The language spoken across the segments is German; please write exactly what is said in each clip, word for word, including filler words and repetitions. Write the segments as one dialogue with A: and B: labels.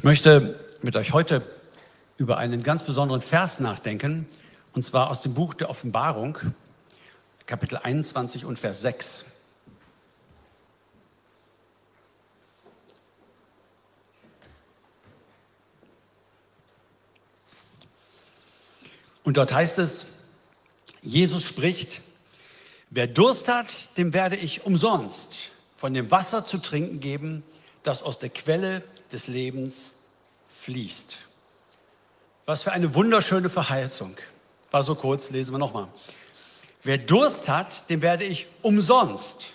A: Ich möchte mit euch heute über einen ganz besonderen Vers nachdenken, und zwar aus dem Buch der Offenbarung, Kapitel einundzwanzig und Vers sechs. Und dort heißt es, Jesus spricht, wer Durst hat, dem werde ich umsonst von dem Wasser zu trinken geben, das aus der Quelle des Lebens fließt. Was für eine wunderschöne Verheißung. War so kurz, lesen wir nochmal. Wer Durst hat, dem werde ich umsonst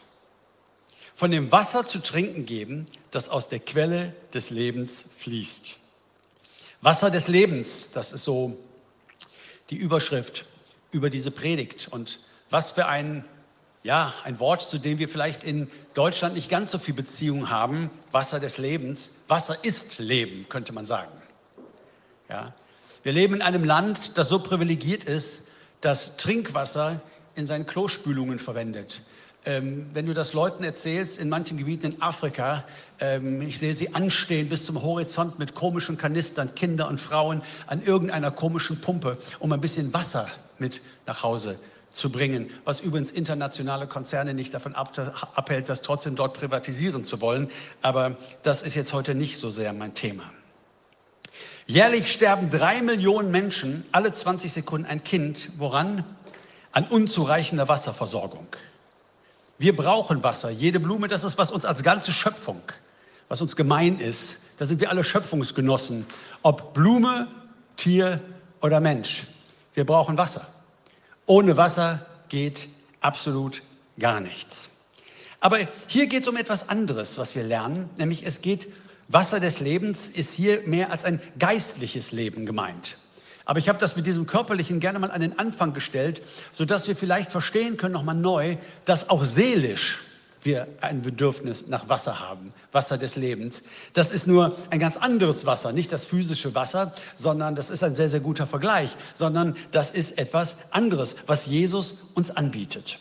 A: von dem Wasser zu trinken geben, das aus der Quelle des Lebens fließt. Wasser des Lebens, das ist so die Überschrift über diese Predigt. Und was für ein, ja, ein Wort, zu dem wir vielleicht in Deutschland nicht ganz so viel Beziehung haben. Wasser des Lebens. Wasser ist Leben, könnte man sagen. Ja. Wir leben in einem Land, das so privilegiert ist, das Trinkwasser in seinen Klospülungen verwendet. Ähm, wenn du das Leuten erzählst, in manchen Gebieten in Afrika, ähm, ich sehe sie anstehen bis zum Horizont mit komischen Kanistern, Kinder und Frauen an irgendeiner komischen Pumpe, um ein bisschen Wasser mit nach Hause zu bringen, was übrigens internationale Konzerne nicht davon abhält, das trotzdem dort privatisieren zu wollen. Aber das ist jetzt heute nicht so sehr mein Thema. Jährlich sterben drei Millionen Menschen, alle zwanzig Sekunden ein Kind. Woran? An unzureichender Wasserversorgung. Wir brauchen Wasser. Jede Blume, das ist was uns als ganze Schöpfung, was uns gemein ist. Da sind wir alle Schöpfungsgenossen. Ob Blume, Tier oder Mensch. Wir brauchen Wasser. Ohne Wasser geht absolut gar nichts. Aber hier geht es um etwas anderes, was wir lernen. Nämlich es geht, Wasser des Lebens ist hier mehr als ein geistliches Leben gemeint. Aber ich habe das mit diesem Körperlichen gerne mal an den Anfang gestellt, sodass wir vielleicht verstehen können, nochmal neu, dass auch seelisch wir ein Bedürfnis nach Wasser haben. Wasser des Lebens. Das ist nur ein ganz anderes Wasser, nicht das physische Wasser, sondern das ist ein sehr, sehr guter Vergleich, sondern das ist etwas anderes, was Jesus uns anbietet.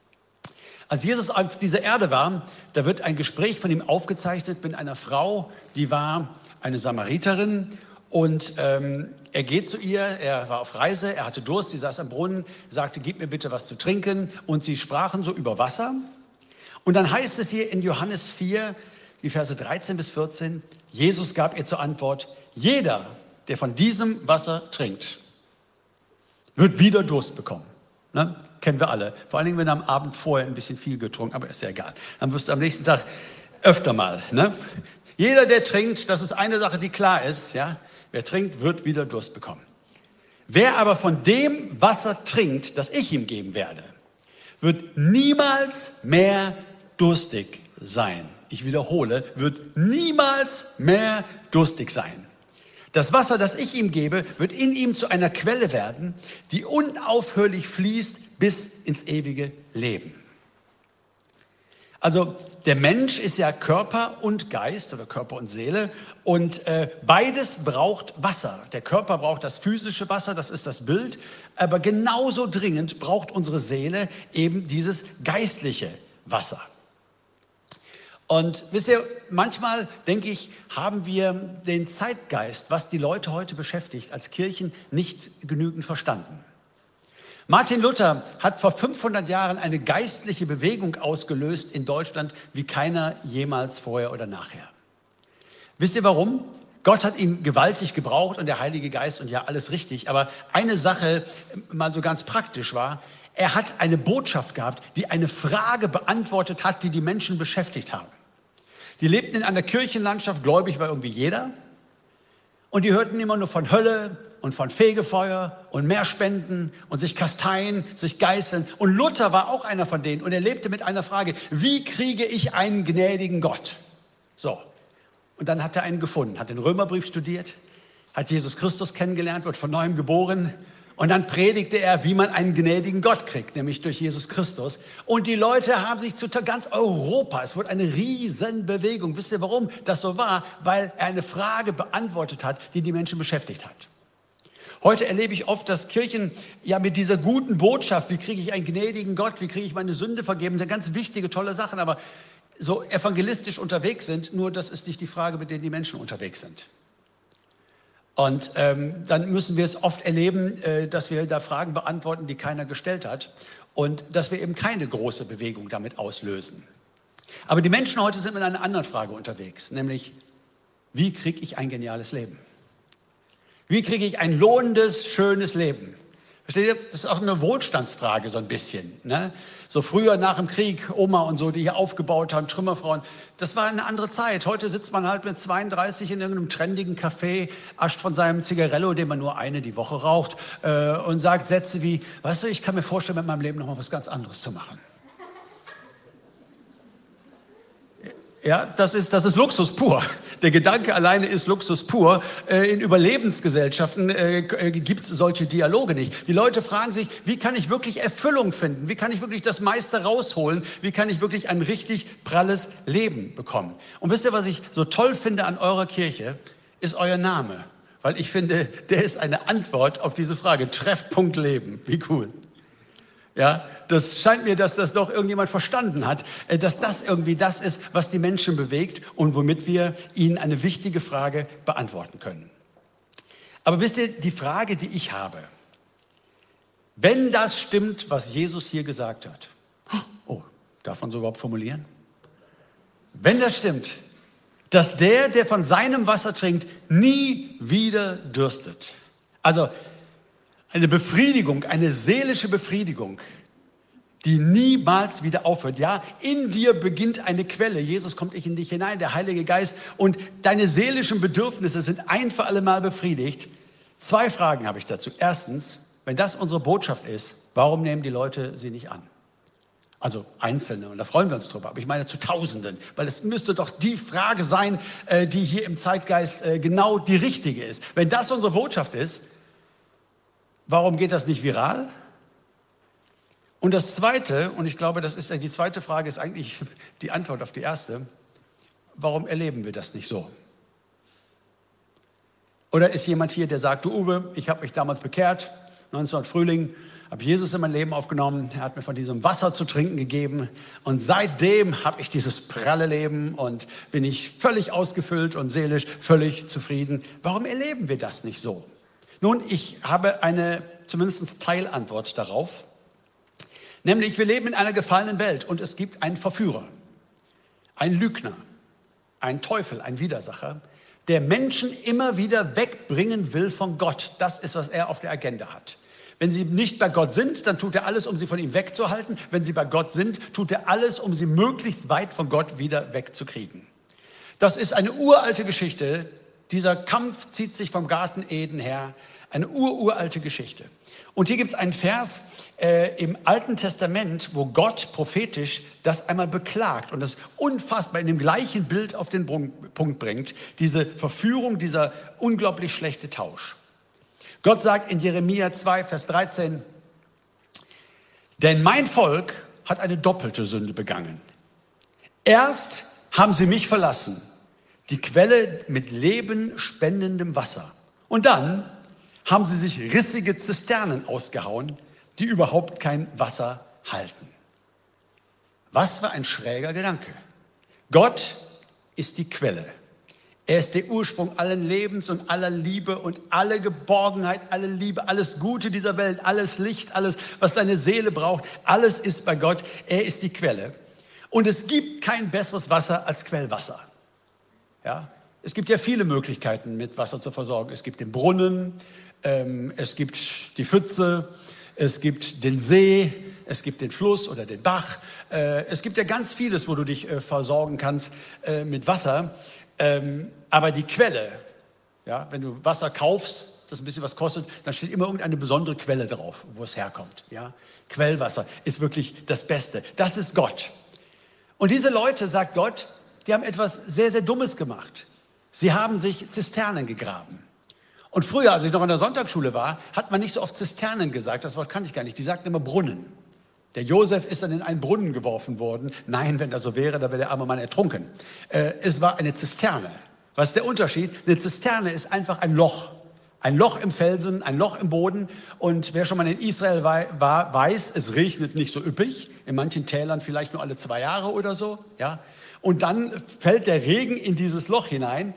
A: Als Jesus auf dieser Erde war, da wird ein Gespräch von ihm aufgezeichnet mit einer Frau, die war eine Samariterin. Und ähm, er geht zu ihr, er war auf Reise, er hatte Durst, sie saß am Brunnen, sagte, gib mir bitte was zu trinken. Und sie sprachen so über Wasser. Und dann heißt es hier in Johannes vier, die Verse dreizehn bis vierzehn, Jesus gab ihr zur Antwort, jeder, der von diesem Wasser trinkt, wird wieder Durst bekommen. Ne? Kennen wir alle. Vor allen Dingen, wenn er am Abend vorher ein bisschen viel getrunken, aber ist ja egal. Dann wirst du am nächsten Tag öfter mal. Ne? Jeder, der trinkt, das ist eine Sache, die klar ist, ja, wer trinkt, wird wieder Durst bekommen. Wer aber von dem Wasser trinkt, das ich ihm geben werde, wird niemals mehr durstig sein. Ich wiederhole, wird niemals mehr durstig sein. Das Wasser, das ich ihm gebe, wird in ihm zu einer Quelle werden, die unaufhörlich fließt bis ins ewige Leben. Also der Mensch ist ja Körper und Geist oder Körper und Seele und äh, beides braucht Wasser. Der Körper braucht das physische Wasser, das ist das Bild, aber genauso dringend braucht unsere Seele eben dieses geistliche Wasser. Und wisst ihr, manchmal, denke ich, haben wir den Zeitgeist, was die Leute heute beschäftigt, als Kirchen nicht genügend verstanden. Martin Luther hat vor fünfhundert Jahren eine geistliche Bewegung ausgelöst in Deutschland, wie keiner jemals vorher oder nachher. Wisst ihr warum? Gott hat ihn gewaltig gebraucht und der Heilige Geist und ja, alles richtig. Aber eine Sache mal so ganz praktisch war, er hat eine Botschaft gehabt, die eine Frage beantwortet hat, die die Menschen beschäftigt haben. Die lebten in einer Kirchenlandschaft, gläubig war irgendwie jeder. Und die hörten immer nur von Hölle und von Fegefeuer und mehr Spenden und sich kasteien, sich geißeln. Und Luther war auch einer von denen und er lebte mit einer Frage, wie kriege ich einen gnädigen Gott? So, und dann hat er einen gefunden, hat den Römerbrief studiert, hat Jesus Christus kennengelernt, wird von neuem geboren und dann predigte er, wie man einen gnädigen Gott kriegt, nämlich durch Jesus Christus. Und die Leute haben sich zu ganz Europa, es wurde eine Riesenbewegung. Wisst ihr, warum das so war? Weil er eine Frage beantwortet hat, die die Menschen beschäftigt hat. Heute erlebe ich oft, dass Kirchen ja mit dieser guten Botschaft, wie kriege ich einen gnädigen Gott, wie kriege ich meine Sünde vergeben, sind ganz wichtige, tolle Sachen, aber so evangelistisch unterwegs sind, nur das ist nicht die Frage, mit der die Menschen unterwegs sind. Und ähm, dann müssen wir es oft erleben, äh, dass wir da Fragen beantworten, die keiner gestellt hat und dass wir eben keine große Bewegung damit auslösen. Aber die Menschen heute sind mit einer anderen Frage unterwegs, nämlich, wie kriege ich ein geniales Leben? Wie kriege ich ein lohnendes, schönes Leben? Versteht ihr? Das ist auch eine Wohlstandsfrage so ein bisschen. Ne? So früher nach dem Krieg, Oma und so, die hier aufgebaut haben, Trümmerfrauen. Das war eine andere Zeit. Heute sitzt man halt mit zweiunddreißig in irgendeinem trendigen Café, ascht von seinem Zigarello, den man nur eine die Woche raucht, äh, und sagt Sätze wie, weißt du, ich kann mir vorstellen, mit meinem Leben noch mal was ganz anderes zu machen. Ja, das ist, das ist Luxus pur. Der Gedanke alleine ist Luxus pur. Äh, in Überlebensgesellschaften äh, gibt es solche Dialoge nicht. Die Leute fragen sich, wie kann ich wirklich Erfüllung finden? Wie kann ich wirklich das meiste rausholen? Wie kann ich wirklich ein richtig pralles Leben bekommen? Und wisst ihr, was ich so toll finde an eurer Kirche? Ist euer Name. Weil ich finde, der ist eine Antwort auf diese Frage. Treffpunkt Leben. Wie cool. Ja, das scheint mir, dass das doch irgendjemand verstanden hat, dass das irgendwie das ist, was die Menschen bewegt und womit wir ihnen eine wichtige Frage beantworten können. Aber wisst ihr, die Frage, die ich habe, wenn das stimmt, was Jesus hier gesagt hat, oh, darf man so überhaupt formulieren? Wenn das stimmt, dass der, der von seinem Wasser trinkt, nie wieder dürstet. Also eine Befriedigung, eine seelische Befriedigung, die niemals wieder aufhört. Ja, in dir beginnt eine Quelle. Jesus kommt nicht in dich hinein, der Heilige Geist. Und deine seelischen Bedürfnisse sind ein für alle Mal befriedigt. Zwei Fragen habe ich dazu. Erstens, wenn das unsere Botschaft ist, warum nehmen die Leute sie nicht an? Also Einzelne, und da freuen wir uns drüber. Aber ich meine zu Tausenden, weil es müsste doch die Frage sein, die hier im Zeitgeist genau die richtige ist. Wenn das unsere Botschaft ist, warum geht das nicht viral? Und das Zweite, und ich glaube, das ist die zweite Frage, ist eigentlich die Antwort auf die erste. Warum erleben wir das nicht so? Oder ist jemand hier, der sagt, du Uwe, ich habe mich damals bekehrt, neunzehnhundert Frühling, habe Jesus in mein Leben aufgenommen, er hat mir von diesem Wasser zu trinken gegeben und seitdem habe ich dieses pralle Leben und bin ich völlig ausgefüllt und seelisch völlig zufrieden. Warum erleben wir das nicht so? Nun, ich habe eine zumindest Teilantwort darauf. Nämlich, wir leben in einer gefallenen Welt und es gibt einen Verführer, einen Lügner, einen Teufel, einen Widersacher, der Menschen immer wieder wegbringen will von Gott. Das ist, was er auf der Agenda hat. Wenn sie nicht bei Gott sind, dann tut er alles, um sie von ihm wegzuhalten. Wenn sie bei Gott sind, tut er alles, um sie möglichst weit von Gott wieder wegzukriegen. Das ist eine uralte Geschichte. Dieser Kampf zieht sich vom Garten Eden her. Eine ururalte Geschichte. Und hier gibt es einen Vers äh, im Alten Testament, wo Gott prophetisch das einmal beklagt und das unfassbar in dem gleichen Bild auf den Punkt bringt. Diese Verführung, dieser unglaublich schlechte Tausch. Gott sagt in Jeremia zwei, Vers dreizehn, denn mein Volk hat eine doppelte Sünde begangen. Erst haben sie mich verlassen, die Quelle mit lebenspendendem Wasser. Und dann haben sie sich rissige Zisternen ausgehauen, die überhaupt kein Wasser halten. Was für ein schräger Gedanke. Gott ist die Quelle. Er ist der Ursprung allen Lebens und aller Liebe und alle Geborgenheit, alle Liebe, alles Gute dieser Welt, alles Licht, alles, was deine Seele braucht, alles ist bei Gott. Er ist die Quelle. Und es gibt kein besseres Wasser als Quellwasser. Ja? Es gibt ja viele Möglichkeiten, mit Wasser zu versorgen. Es gibt den Brunnen, ähm, es gibt die Pfütze, es gibt den See, es gibt den Fluss oder den Bach. Äh, es gibt ja ganz vieles, wo du dich äh, versorgen kannst äh, mit Wasser. Ähm, aber die Quelle, ja, wenn du Wasser kaufst, das ein bisschen was kostet, dann steht immer irgendeine besondere Quelle drauf, wo es herkommt. Ja? Quellwasser ist wirklich das Beste. Das ist Gott. Und diese Leute, sagt Gott, die haben etwas sehr, sehr Dummes gemacht. Sie haben sich Zisternen gegraben. Und früher, als ich noch in der Sonntagsschule war, hat man nicht so oft Zisternen gesagt. Das Wort kannte ich gar nicht. Die sagten immer Brunnen. Der Josef ist dann in einen Brunnen geworfen worden. Nein, wenn das so wäre, dann wäre der arme Mann ertrunken. Äh, es war eine Zisterne. Was ist der Unterschied? Eine Zisterne ist einfach ein Loch. Ein Loch im Felsen, ein Loch im Boden. Und wer schon mal in Israel war, weiß, es regnet nicht so üppig. In manchen Tälern vielleicht nur alle zwei Jahre oder so. Ja? Und dann fällt der Regen in dieses Loch hinein.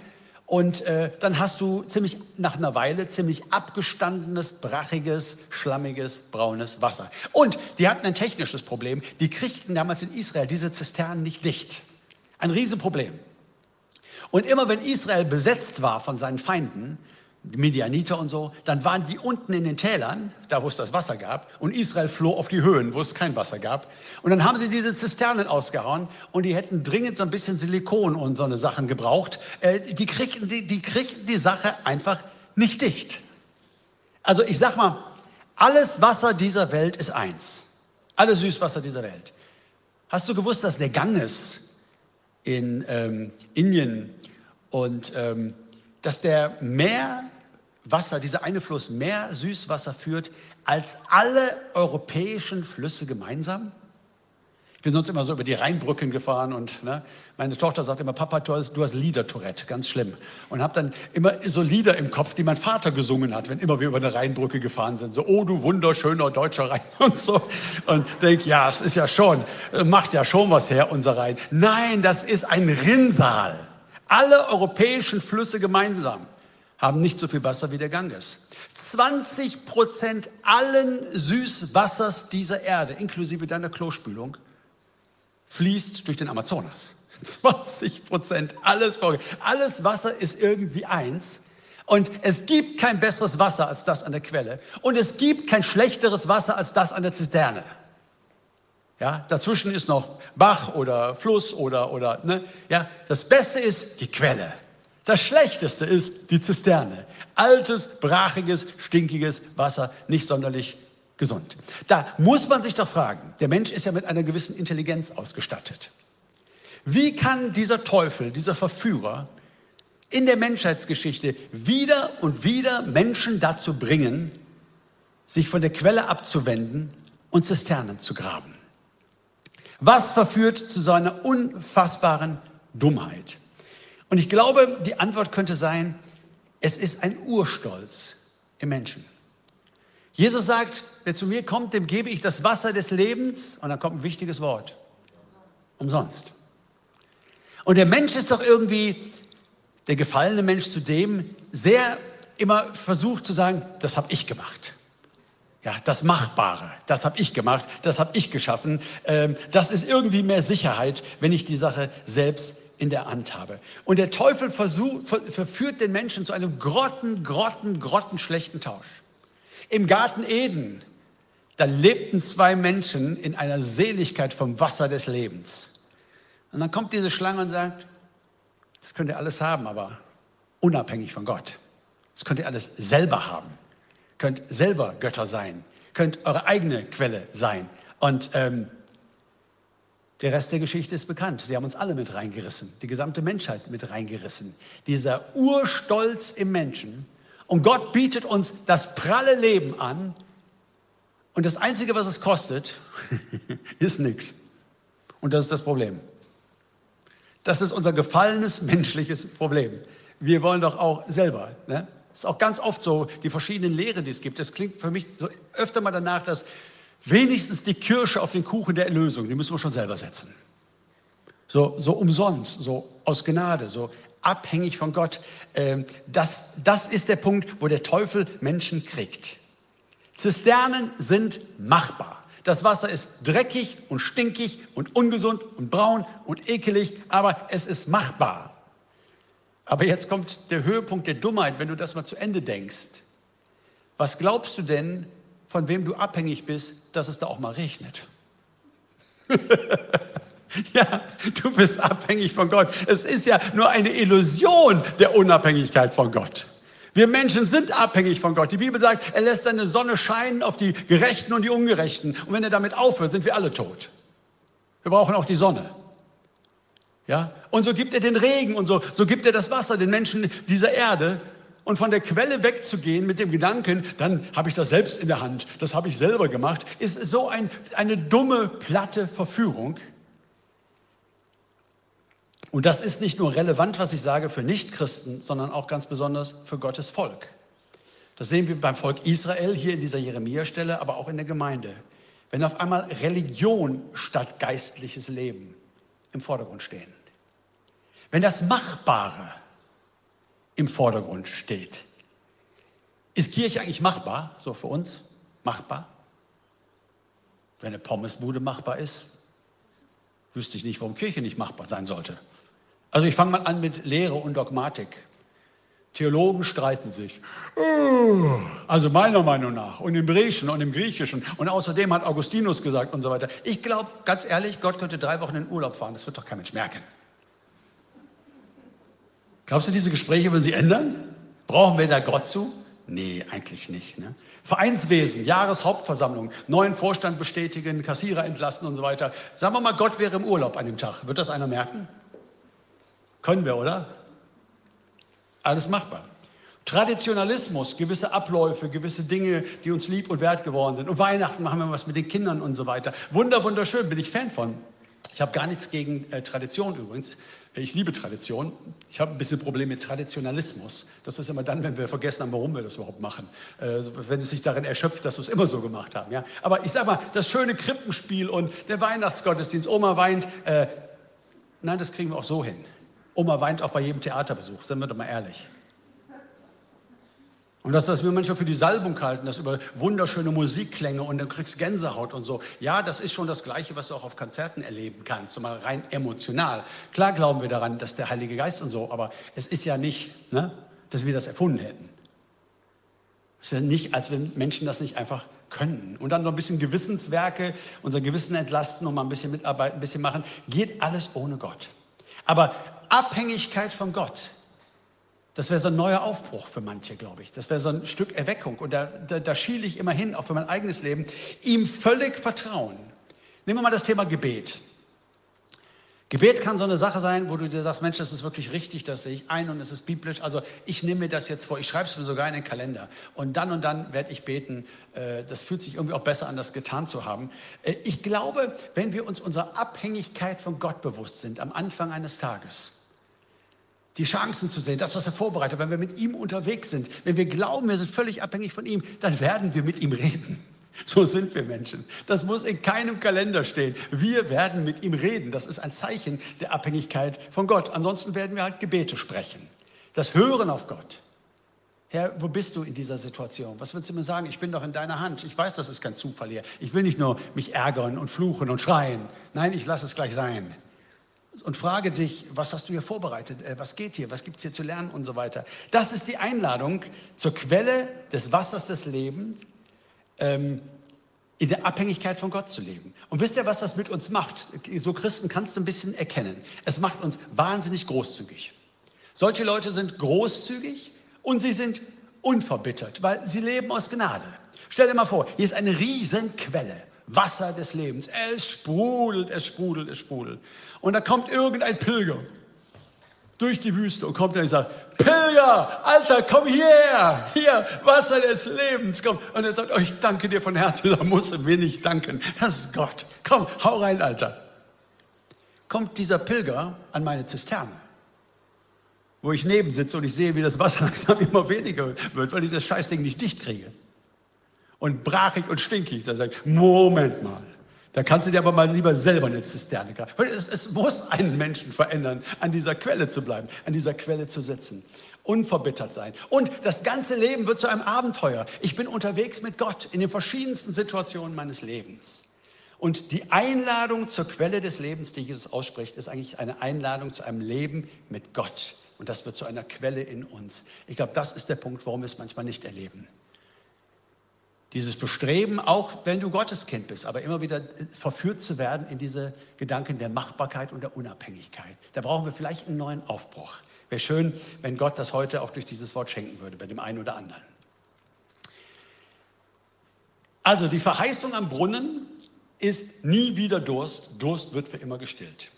A: Und äh, dann hast du ziemlich nach einer Weile ziemlich abgestandenes, brachiges, schlammiges, braunes Wasser. Und die hatten ein technisches Problem. Die kriegten damals in Israel diese Zisternen nicht dicht. Ein Riesenproblem. Und immer wenn Israel besetzt war von seinen Feinden, die Midianiter und so, dann waren die unten in den Tälern, da wo es das Wasser gab, und Israel floh auf die Höhen, wo es kein Wasser gab. Und dann haben sie diese Zisternen ausgehauen und die hätten dringend so ein bisschen Silikon und so eine Sachen gebraucht. Äh, die, kriegten, die, die kriegten die Sache einfach nicht dicht. Also ich sag mal, alles Wasser dieser Welt ist eins. Alles Süßwasser dieser Welt. Hast du gewusst, dass der Ganges in ähm, Indien und ähm, dass der mehr Wasser, dieser eine Fluss, mehr Süßwasser führt als alle europäischen Flüsse gemeinsam? Ich bin sonst immer so über die Rheinbrücken gefahren und ne, meine Tochter sagt immer, Papa, du hast, du hast Lieder-Tourette, ganz schlimm. Und habe dann immer so Lieder im Kopf, die mein Vater gesungen hat, wenn immer wir über eine Rheinbrücke gefahren sind. So, oh du wunderschöner deutscher Rhein und so. Und denke, ja, es ist ja schon, macht ja schon was her, unser Rhein. Nein, das ist ein Rinnsal. Alle europäischen Flüsse gemeinsam haben nicht so viel Wasser wie der Ganges. zwanzig Prozent allen Süßwassers dieser Erde, inklusive deiner Klospülung, fließt durch den Amazonas. zwanzig Prozent, alles, alles Wasser ist irgendwie eins. Und es gibt kein besseres Wasser als das an der Quelle. Und es gibt kein schlechteres Wasser als das an der Zisterne. Ja, dazwischen ist noch Bach oder Fluss oder, oder, ne? Ja, das Beste ist die Quelle. Das Schlechteste ist die Zisterne. Altes, brachiges, stinkiges Wasser, nicht sonderlich gesund. Da muss man sich doch fragen, der Mensch ist ja mit einer gewissen Intelligenz ausgestattet. Wie kann dieser Teufel, dieser Verführer in der Menschheitsgeschichte wieder und wieder Menschen dazu bringen, sich von der Quelle abzuwenden und Zisternen zu graben? Was verführt zu so einer unfassbaren Dummheit? Und ich glaube, die Antwort könnte sein, es ist ein Urstolz im Menschen. Jesus sagt, wer zu mir kommt, dem gebe ich das Wasser des Lebens. Und dann kommt ein wichtiges Wort. Umsonst. Und der Mensch ist doch irgendwie, der gefallene Mensch, zu dem sehr immer versucht zu sagen, das habe ich gemacht. Ja, das Machbare, das habe ich gemacht, das habe ich geschaffen. Ähm, das ist irgendwie mehr Sicherheit, wenn ich die Sache selbst in der Hand habe. Und der Teufel versuch, ver, verführt den Menschen zu einem grotten, grotten, grottenschlechten Tausch. Im Garten Eden, da lebten zwei Menschen in einer Seligkeit vom Wasser des Lebens. Und dann kommt diese Schlange und sagt, das könnt ihr alles haben, aber unabhängig von Gott. Das könnt ihr alles selber haben. Könnt selber Götter sein, könnt eure eigene Quelle sein. Und ähm, der Rest der Geschichte ist bekannt. Sie haben uns alle mit reingerissen, die gesamte Menschheit mit reingerissen. Dieser Urstolz im Menschen. Und Gott bietet uns das pralle Leben an. Und das Einzige, was es kostet, ist nichts. Und das ist das Problem. Das ist unser gefallenes menschliches Problem. Wir wollen doch auch selber, ne? Das ist auch ganz oft so, die verschiedenen Lehren, die es gibt. Das klingt für mich so öfter mal danach, dass wenigstens die Kirsche auf den Kuchen der Erlösung, die müssen wir schon selber setzen. So, so umsonst, so aus Gnade, so abhängig von Gott. Ähm, das, das ist der Punkt, wo der Teufel Menschen kriegt. Zisternen sind machbar. Das Wasser ist dreckig und stinkig und ungesund und braun und ekelig, aber es ist machbar. Aber jetzt kommt der Höhepunkt der Dummheit, wenn du das mal zu Ende denkst. Was glaubst du denn, von wem du abhängig bist, dass es da auch mal regnet? Ja, du bist abhängig von Gott. Es ist ja nur eine Illusion der Unabhängigkeit von Gott. Wir Menschen sind abhängig von Gott. Die Bibel sagt, er lässt seine Sonne scheinen auf die Gerechten und die Ungerechten. Und wenn er damit aufhört, sind wir alle tot. Wir brauchen auch die Sonne. Ja? Und so gibt er den Regen und so, so gibt er das Wasser den Menschen dieser Erde. Und von der Quelle wegzugehen mit dem Gedanken, dann habe ich das selbst in der Hand, das habe ich selber gemacht, ist so ein, eine dumme, platte Verführung. Und das ist nicht nur relevant, was ich sage, für Nichtchristen, sondern auch ganz besonders für Gottes Volk. Das sehen wir beim Volk Israel hier in dieser Jeremia-Stelle, aber auch in der Gemeinde. Wenn auf einmal Religion statt geistliches Leben im Vordergrund stehen. Wenn das Machbare im Vordergrund steht. Ist Kirche eigentlich machbar, so für uns? Machbar? Wenn eine Pommesbude machbar ist, wüsste ich nicht, warum Kirche nicht machbar sein sollte. Also ich fange mal an mit Lehre und Dogmatik. Theologen streiten sich. Also meiner Meinung nach. Und im Hebräischen und im Griechischen. Und außerdem hat Augustinus gesagt und so weiter. Ich glaube, ganz ehrlich, Gott könnte drei Wochen in Urlaub fahren. Das wird doch kein Mensch merken. Glaubst du, diese Gespräche würden sie ändern? Brauchen wir da Gott zu? Nee, eigentlich nicht. Ne? Vereinswesen, Jahreshauptversammlung, neuen Vorstand bestätigen, Kassierer entlassen und so weiter. Sagen wir mal, Gott wäre im Urlaub an dem Tag. Wird das einer merken? Können wir, oder? Alles machbar. Traditionalismus, gewisse Abläufe, gewisse Dinge, die uns lieb und wert geworden sind. Und Weihnachten machen wir was mit den Kindern und so weiter. Wunder, wunderschön, bin ich Fan von. Ich habe gar nichts gegen äh, Tradition übrigens. Ich liebe Tradition. Ich habe ein bisschen Problem mit Traditionalismus. Das ist immer dann, wenn wir vergessen haben, warum wir das überhaupt machen. Äh, wenn es sich darin erschöpft, dass wir es immer so gemacht haben. Ja? Aber ich sage mal, das schöne Krippenspiel und der Weihnachtsgottesdienst, Oma weint. Äh, nein, das kriegen wir auch so hin. Oma weint auch bei jedem Theaterbesuch, sind wir doch mal ehrlich. Und das, was wir manchmal für die Salbung halten, das über wunderschöne Musikklänge und du kriegst Gänsehaut und so. Ja, das ist schon das Gleiche, was du auch auf Konzerten erleben kannst, so mal rein emotional. Klar glauben wir daran, dass der Heilige Geist und so, aber es ist ja nicht, ne, dass wir das erfunden hätten. Es ist ja nicht, als wenn Menschen das nicht einfach können. Und dann noch ein bisschen Gewissenswerke, unser Gewissen entlasten und mal ein bisschen mitarbeiten, ein bisschen machen. Geht alles ohne Gott. Aber Abhängigkeit von Gott, das wäre so ein neuer Aufbruch für manche, glaube ich. Das wäre so ein Stück Erweckung. Und da, da, da schiele ich immer hin, auch für mein eigenes Leben. Ihm völlig vertrauen. Nehmen wir mal das Thema Gebet. Gebet kann so eine Sache sein, wo du dir sagst, Mensch, das ist wirklich richtig, das sehe ich ein und es ist biblisch. Also ich nehme mir das jetzt vor, ich schreibe es mir sogar in den Kalender. Und dann und dann werde ich beten. Das fühlt sich irgendwie auch besser an, das getan zu haben. Ich glaube, wenn wir uns unserer Abhängigkeit von Gott bewusst sind, am Anfang eines Tages, die Chancen zu sehen, das, was er vorbereitet, wenn wir mit ihm unterwegs sind, wenn wir glauben, wir sind völlig abhängig von ihm, dann werden wir mit ihm reden. So sind wir Menschen. Das muss in keinem Kalender stehen. Wir werden mit ihm reden. Das ist ein Zeichen der Abhängigkeit von Gott. Ansonsten werden wir halt Gebete sprechen. Das Hören auf Gott. Herr, wo bist du in dieser Situation? Was willst du mir sagen? Ich bin doch in deiner Hand. Ich weiß, das ist kein Zufall hier. Ich will nicht nur mich ärgern und fluchen und schreien. Nein, ich lasse es gleich sein. Und frage dich, was hast du hier vorbereitet? Was geht hier? Was gibt es hier zu lernen und so weiter? Das ist die Einladung zur Quelle des Wassers des Lebens, ähm, in der Abhängigkeit von Gott zu leben. Und wisst ihr, was das mit uns macht? So Christen kannst du ein bisschen erkennen. Es macht uns wahnsinnig großzügig. Solche Leute sind großzügig und sie sind unverbittert, weil sie leben aus Gnade. Stell dir mal vor, hier ist eine riesen Quelle. Wasser des Lebens. Es sprudelt, es sprudelt, es sprudelt. Und da kommt irgendein Pilger durch die Wüste und kommt dann und sagt, Pilger, Alter, komm hierher, hier, Wasser des Lebens, komm. Und er sagt, oh, ich danke dir von Herzen, da musst du mir nicht danken, das ist Gott. Komm, hau rein, Alter. Kommt dieser Pilger an meine Zisterne, wo ich neben sitze und ich sehe, wie das Wasser langsam immer weniger wird, weil ich das Scheißding nicht dicht kriege. Und brachig und stinkig. Da sage ich, Moment mal, da kannst du dir aber mal lieber selber eine Zisterne graben. Es, es muss einen Menschen verändern, an dieser Quelle zu bleiben, an dieser Quelle zu sitzen. Unverbittert sein. Und das ganze Leben wird zu einem Abenteuer. Ich bin unterwegs mit Gott in den verschiedensten Situationen meines Lebens. Und die Einladung zur Quelle des Lebens, die Jesus ausspricht, ist eigentlich eine Einladung zu einem Leben mit Gott. Und das wird zu einer Quelle in uns. Ich glaube, das ist der Punkt, warum wir es manchmal nicht erleben. Dieses Bestreben, auch wenn du Gotteskind bist, aber immer wieder verführt zu werden in diese Gedanken der Machbarkeit und der Unabhängigkeit. Da brauchen wir vielleicht einen neuen Aufbruch. Wäre schön, wenn Gott das heute auch durch dieses Wort schenken würde, bei dem einen oder anderen. Also die Verheißung am Brunnen ist nie wieder Durst. Durst wird für immer gestillt.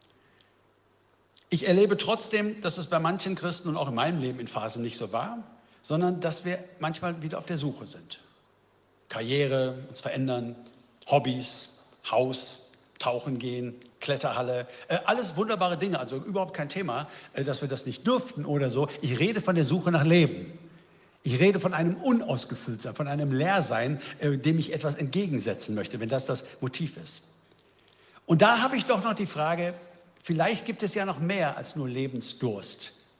A: Ich erlebe trotzdem, dass es bei manchen Christen und auch in meinem Leben in Phasen nicht so war, sondern dass wir manchmal wieder auf der Suche sind. Karriere, uns verändern, Hobbys, Haus, Tauchen gehen, Kletterhalle, äh, alles wunderbare Dinge, also überhaupt kein Thema, äh, dass wir das nicht dürften oder so. Ich rede von der Suche nach Leben. Ich rede von einem Unausgefülltsein, von einem Leersein, äh, dem ich etwas entgegensetzen möchte, wenn das das Motiv ist. Und da habe ich doch noch die Frage, vielleicht gibt es ja noch mehr als nur Lebensdurst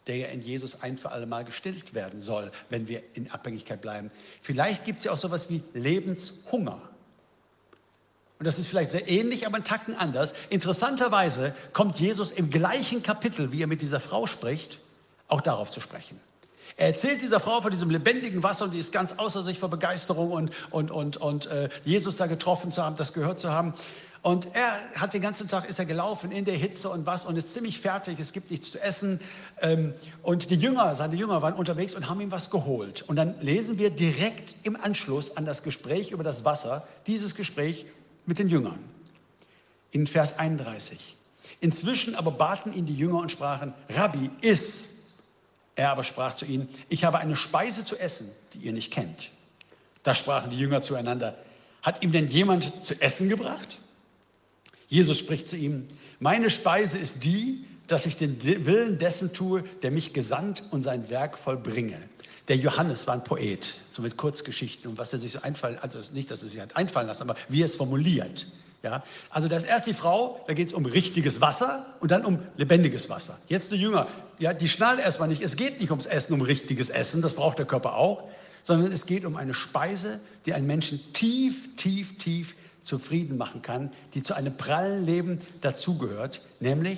A: der ja in Jesus ein für alle Mal gestillt werden soll, wenn wir in Abhängigkeit bleiben. Vielleicht gibt es ja auch sowas wie Lebenshunger. Und das ist vielleicht sehr ähnlich, aber einen Tacken anders. Interessanterweise kommt Jesus im gleichen Kapitel, wie er mit dieser Frau spricht, auch darauf zu sprechen. Er erzählt dieser Frau von diesem lebendigen Wasser und die ist ganz außer sich vor Begeisterung und, und, und, und äh, Jesus da getroffen zu haben, das gehört zu haben. Und er hat den ganzen Tag, ist er gelaufen in der Hitze und was und ist ziemlich fertig, es gibt nichts zu essen. Ähm, und die Jünger, seine Jünger waren unterwegs und haben ihm was geholt. Und dann lesen wir direkt im Anschluss an das Gespräch über das Wasser, dieses Gespräch mit den Jüngern. In Vers einunddreißig. Inzwischen aber baten ihn die Jünger und sprachen, Rabbi, iss. Er aber sprach zu ihnen, ich habe eine Speise zu essen, die ihr nicht kennt. Da sprachen die Jünger zueinander, hat ihm denn jemand zu essen gebracht? Jesus spricht zu ihm, meine Speise ist die, dass ich den Willen dessen tue, der mich gesandt und sein Werk vollbringe. Der Johannes war ein Poet, so mit Kurzgeschichten und was er sich so einfallen, also nicht, dass er sich hat einfallen lassen, aber wie er es formuliert. Ja, also da ist erst die Frau, da geht es um richtiges Wasser und dann um lebendiges Wasser. Jetzt die Jünger, ja, die schnallen erstmal nicht, es geht nicht ums Essen, um richtiges Essen, das braucht der Körper auch, sondern es geht um eine Speise, die einen Menschen tief, tief, tief zufrieden machen kann, die zu einem prallen Leben dazugehört, nämlich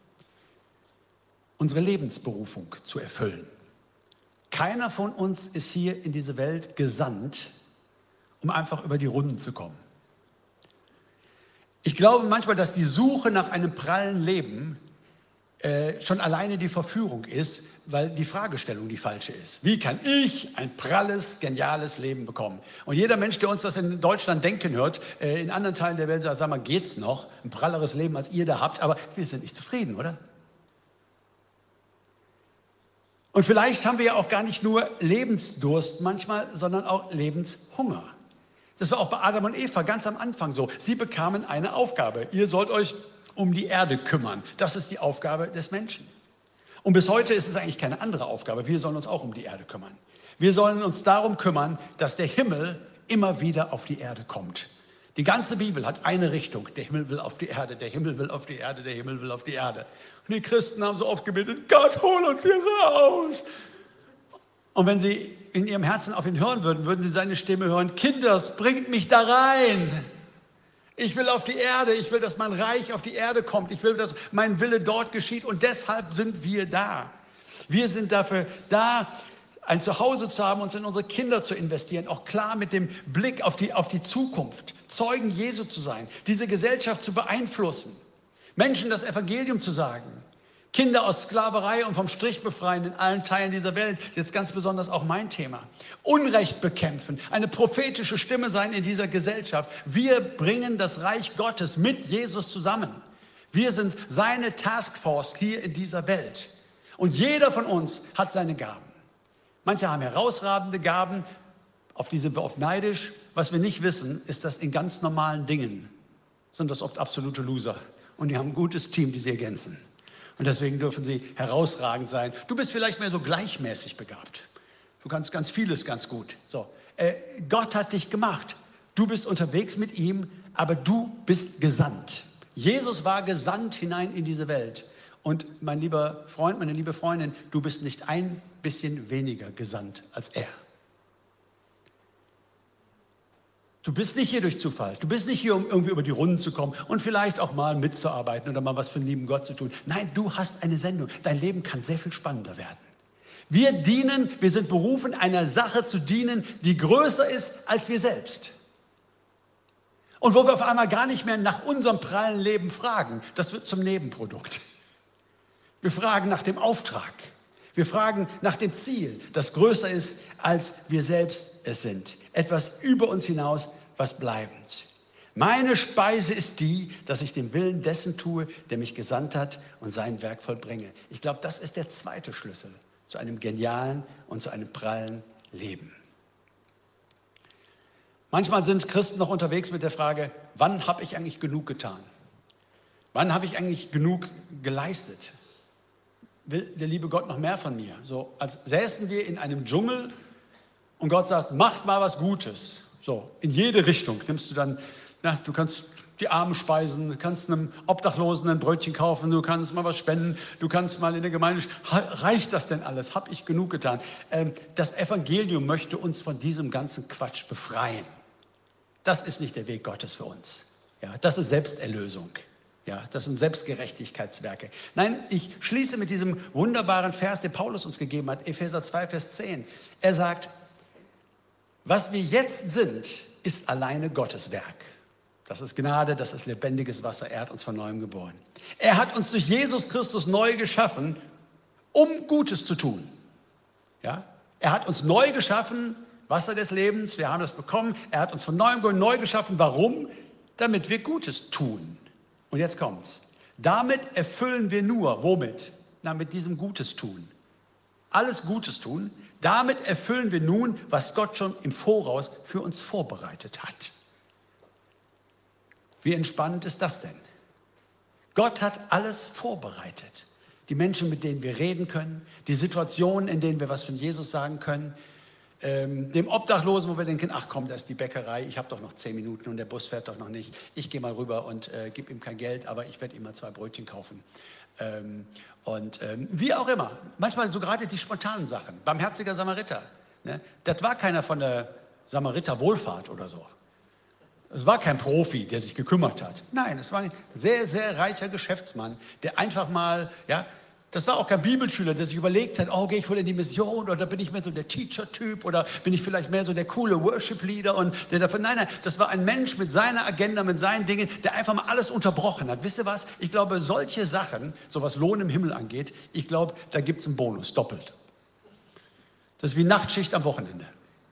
A: unsere Lebensberufung zu erfüllen. Keiner von uns ist hier in diese Welt gesandt, um einfach über die Runden zu kommen. Ich glaube manchmal, dass die Suche nach einem prallen Leben äh, schon alleine die Verführung ist, weil die Fragestellung die falsche ist. Wie kann ich ein pralles, geniales Leben bekommen? Und jeder Mensch, der uns das in Deutschland denken hört, äh, in anderen Teilen der Welt sagt, sag mal, geht's noch? Ein pralleres Leben, als ihr da habt, aber wir sind nicht zufrieden, oder? Und vielleicht haben wir ja auch gar nicht nur Lebensdurst manchmal, sondern auch Lebenshunger. Das war auch bei Adam und Eva ganz am Anfang so. Sie bekamen eine Aufgabe. Ihr sollt euch um die Erde kümmern. Das ist die Aufgabe des Menschen. Und bis heute ist es eigentlich keine andere Aufgabe. Wir sollen uns auch um die Erde kümmern. Wir sollen uns darum kümmern, dass der Himmel immer wieder auf die Erde kommt. Die ganze Bibel hat eine Richtung. Der Himmel will auf die Erde, der Himmel will auf die Erde, der Himmel will auf die Erde. Und die Christen haben so oft gebetet, Gott, hol uns hier raus. Und wenn sie in ihrem Herzen auf ihn hören würden, würden sie seine Stimme hören, Kinders, bringt mich da rein. Ich will auf die Erde, ich will, dass mein Reich auf die Erde kommt. Ich will, dass mein Wille dort geschieht und deshalb sind wir da. Wir sind dafür da, ein Zuhause zu haben, uns in unsere Kinder zu investieren, auch klar mit dem Blick auf die, auf die Zukunft, Zeugen Jesu zu sein, diese Gesellschaft zu beeinflussen, Menschen das Evangelium zu sagen. Kinder aus Sklaverei und vom Strich befreien in allen Teilen dieser Welt, das ist jetzt ganz besonders auch mein Thema. Unrecht bekämpfen, eine prophetische Stimme sein in dieser Gesellschaft. Wir bringen das Reich Gottes mit Jesus zusammen. Wir sind seine Taskforce hier in dieser Welt. Und jeder von uns hat seine Gaben. Manche haben herausragende Gaben, auf die sind wir oft neidisch. Was wir nicht wissen, ist, dass in ganz normalen Dingen sind das oft absolute Loser. Und die haben ein gutes Team, die sie ergänzen. Und deswegen dürfen sie herausragend sein. Du bist vielleicht mehr so gleichmäßig begabt. Du kannst ganz vieles ganz gut. So, äh, Gott hat dich gemacht. Du bist unterwegs mit ihm, aber du bist gesandt. Jesus war gesandt hinein in diese Welt. Und mein lieber Freund, meine liebe Freundin, du bist nicht ein bisschen weniger gesandt als er. Du bist nicht hier durch Zufall. Du bist nicht hier, um irgendwie über die Runden zu kommen und vielleicht auch mal mitzuarbeiten oder mal was für den lieben Gott zu tun. Nein, du hast eine Sendung. Dein Leben kann sehr viel spannender werden. Wir dienen, wir sind berufen, einer Sache zu dienen, die größer ist als wir selbst. Und wo wir auf einmal gar nicht mehr nach unserem prallen Leben fragen. Das wird zum Nebenprodukt. Wir fragen nach dem Auftrag. Wir fragen nach dem Ziel, das größer ist, als wir selbst es sind. Etwas über uns hinaus, was bleibend. Meine Speise ist die, dass ich den Willen dessen tue, der mich gesandt hat und sein Werk vollbringe. Ich glaube, das ist der zweite Schlüssel zu einem genialen und zu einem prallen Leben. Manchmal sind Christen noch unterwegs mit der Frage, wann habe ich eigentlich genug getan? Wann habe ich eigentlich genug geleistet? Will der liebe Gott noch mehr von mir? So, als säßen wir in einem Dschungel und Gott sagt, macht mal was Gutes. So, in jede Richtung nimmst du dann, na, du kannst die Armen speisen, du kannst einem Obdachlosen ein Brötchen kaufen, du kannst mal was spenden, du kannst mal in der Gemeinde... Reicht das denn alles? Habe ich genug getan? Ähm, das Evangelium möchte uns von diesem ganzen Quatsch befreien. Das ist nicht der Weg Gottes für uns. Ja, das ist Selbsterlösung. Ja, das sind Selbstgerechtigkeitswerke. Nein, ich schließe mit diesem wunderbaren Vers, den Paulus uns gegeben hat, Epheser zwei, Vers zehn. Er sagt, was wir jetzt sind, ist alleine Gottes Werk. Das ist Gnade, das ist lebendiges Wasser. Er hat uns von Neuem geboren. Er hat uns durch Jesus Christus neu geschaffen, um Gutes zu tun. Ja? Er hat uns neu geschaffen, Wasser des Lebens, wir haben das bekommen. Er hat uns von Neuem neu geschaffen. Warum? Damit wir Gutes tun. Und jetzt kommt's. Damit erfüllen wir nur, womit? Na, mit diesem Gutes tun. Alles Gutes tun. Damit erfüllen wir nun, was Gott schon im Voraus für uns vorbereitet hat. Wie entspannend ist das denn? Gott hat alles vorbereitet. Die Menschen, mit denen wir reden können, die Situationen, in denen wir was von Jesus sagen können, ähm, dem Obdachlosen, wo wir denken, ach komm, da ist die Bäckerei, ich habe doch noch zehn Minuten und der Bus fährt doch noch nicht. Ich gehe mal rüber und äh, gebe ihm kein Geld, aber ich werde ihm mal zwei Brötchen kaufen. Ähm, und ähm, wie auch immer, manchmal so gerade die spontanen Sachen. Barmherziger Samariter, ne? Das war keiner von der Samariter-Wohlfahrt oder so. Es war kein Profi, der sich gekümmert hat. Nein, es war ein sehr, sehr reicher Geschäftsmann, der einfach mal, ja, das war auch kein Bibelschüler, der sich überlegt hat, oh, gehe ich wohl in die Mission oder bin ich mehr so der Teacher-Typ oder bin ich vielleicht mehr so der coole Worship-Leader und der davon, nein, nein, das war ein Mensch mit seiner Agenda, mit seinen Dingen, der einfach mal alles unterbrochen hat. Wisst ihr was? Ich glaube, solche Sachen, so was Lohn im Himmel angeht, ich glaube, da gibt es einen Bonus, doppelt. Das ist wie Nachtschicht am Wochenende.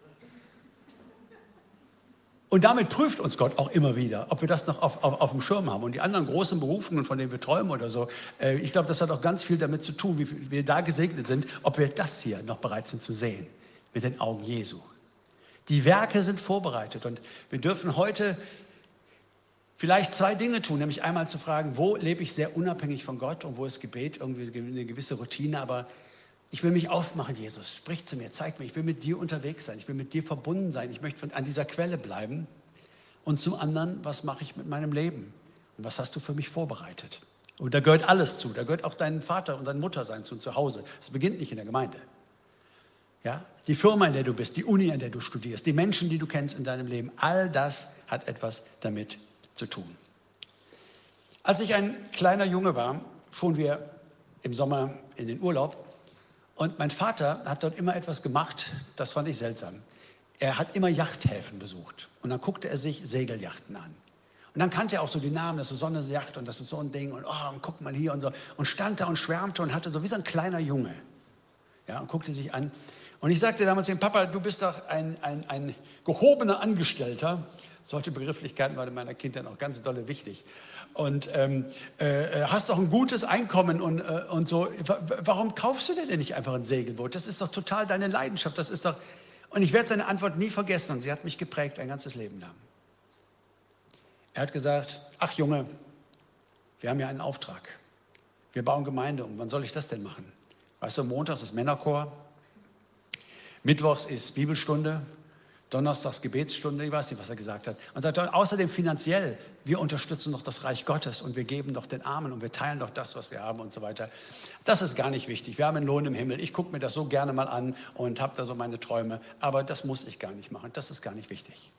A: Und damit prüft uns Gott auch immer wieder, ob wir das noch auf, auf, auf dem Schirm haben. Und die anderen großen Berufungen, von denen wir träumen oder so, äh, ich glaube, das hat auch ganz viel damit zu tun, wie wir da gesegnet sind, ob wir das hier noch bereit sind zu sehen, mit den Augen Jesu. Die Werke sind vorbereitet und wir dürfen heute vielleicht zwei Dinge tun, nämlich einmal zu fragen, wo lebe ich sehr unabhängig von Gott und wo ist Gebet irgendwie eine gewisse Routine, aber ich will mich aufmachen, Jesus, sprich zu mir, zeig mir, ich will mit dir unterwegs sein, ich will mit dir verbunden sein, ich möchte an dieser Quelle bleiben. Und zum anderen, was mache ich mit meinem Leben? Und was hast du für mich vorbereitet? Und da gehört alles zu, da gehört auch dein Vater und deine Mutter sein zu, zu Hause. Das beginnt nicht in der Gemeinde. Ja? Die Firma, in der du bist, die Uni, in der du studierst, die Menschen, die du kennst in deinem Leben, all das hat etwas damit zu tun. Als ich ein kleiner Junge war, fuhren wir im Sommer in den Urlaub. Und mein Vater hat dort immer etwas gemacht, das fand ich seltsam. Er hat immer Yachthäfen besucht und dann guckte er sich Segelyachten an. Und dann kannte er auch so die Namen, das ist so eine Yacht und das ist so ein Ding und, oh, und guck mal hier und so. Und stand da und schwärmte und hatte so wie so ein kleiner Junge. Ja, und guckte sich an. Und ich sagte damals zu ihm, Papa, du bist doch ein, ein, ein gehobener Angestellter. Solche Begrifflichkeiten waren in meiner Kindheit auch ganz dolle wichtig. Und ähm, äh, hast doch ein gutes Einkommen und, äh, und so. Warum kaufst du dir denn nicht einfach ein Segelboot? Das ist doch total deine Leidenschaft. Das ist doch... Und ich werde seine Antwort nie vergessen und sie hat mich geprägt ein ganzes Leben lang. Er hat gesagt, ach Junge, wir haben ja einen Auftrag. Wir bauen Gemeinde um. Wann soll ich das denn machen? Weißt du, montags ist Männerchor, mittwochs ist Bibelstunde, donnerstags Gebetsstunde, ich weiß nicht, was er gesagt hat. Und sagt, außerdem finanziell, wir unterstützen doch das Reich Gottes und wir geben doch den Armen und wir teilen doch das, was wir haben und so weiter. Das ist gar nicht wichtig. Wir haben einen Lohn im Himmel. Ich gucke mir das so gerne mal an und habe da so meine Träume. Aber das muss ich gar nicht machen. Das ist gar nicht wichtig.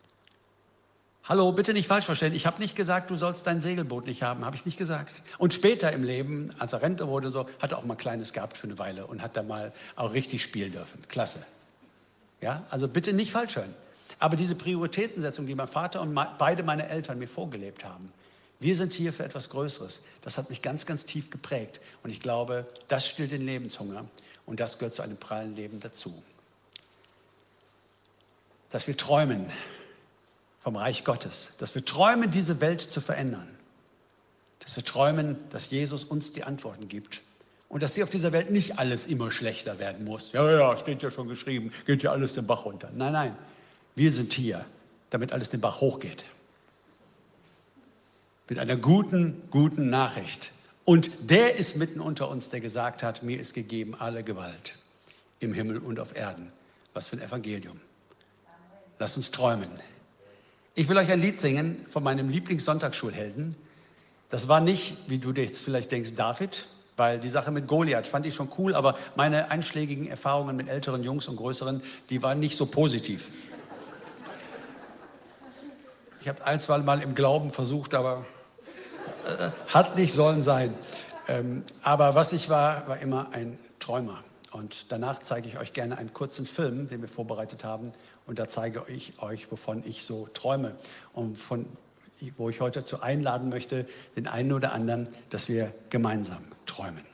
A: Hallo, bitte nicht falsch verstehen. Ich habe nicht gesagt, du sollst dein Segelboot nicht haben. Habe ich nicht gesagt. Und später im Leben, als er Rentner wurde, so, hat er auch mal ein kleines gehabt für eine Weile und hat da mal auch richtig spielen dürfen. Klasse. Ja, also bitte nicht falsch hören. Aber diese Prioritätensetzung, die mein Vater und beide meine Eltern mir vorgelebt haben, wir sind hier für etwas Größeres. Das hat mich ganz, ganz tief geprägt. Und ich glaube, das stillt den Lebenshunger. Und das gehört zu einem prallen Leben dazu. Dass wir träumen vom Reich Gottes. Dass wir träumen, diese Welt zu verändern. Dass wir träumen, dass Jesus uns die Antworten gibt. Und dass hier auf dieser Welt nicht alles immer schlechter werden muss. Ja, ja, steht ja schon geschrieben, geht ja alles den Bach runter. Nein, nein, wir sind hier, damit alles den Bach hochgeht. Mit einer guten, guten Nachricht. Und der ist mitten unter uns, der gesagt hat, mir ist gegeben alle Gewalt im Himmel und auf Erden. Was für ein Evangelium. Lass uns träumen. Ich will euch ein Lied singen von meinem Lieblingssonntagsschulhelden. Das war nicht, wie du dir jetzt vielleicht denkst, David, weil die Sache mit Goliath fand ich schon cool, aber meine einschlägigen Erfahrungen mit älteren Jungs und größeren, die waren nicht so positiv. Ich habe ein, zwei Mal im Glauben versucht, aber äh, hat nicht sollen sein. Ähm, aber was ich war, war immer ein Träumer. Und danach zeige ich euch gerne einen kurzen Film, den wir vorbereitet haben. Und da zeige ich euch, wovon ich so träume. Und von, wo ich heute dazu einladen möchte, den einen oder anderen, dass wir gemeinsam träumen.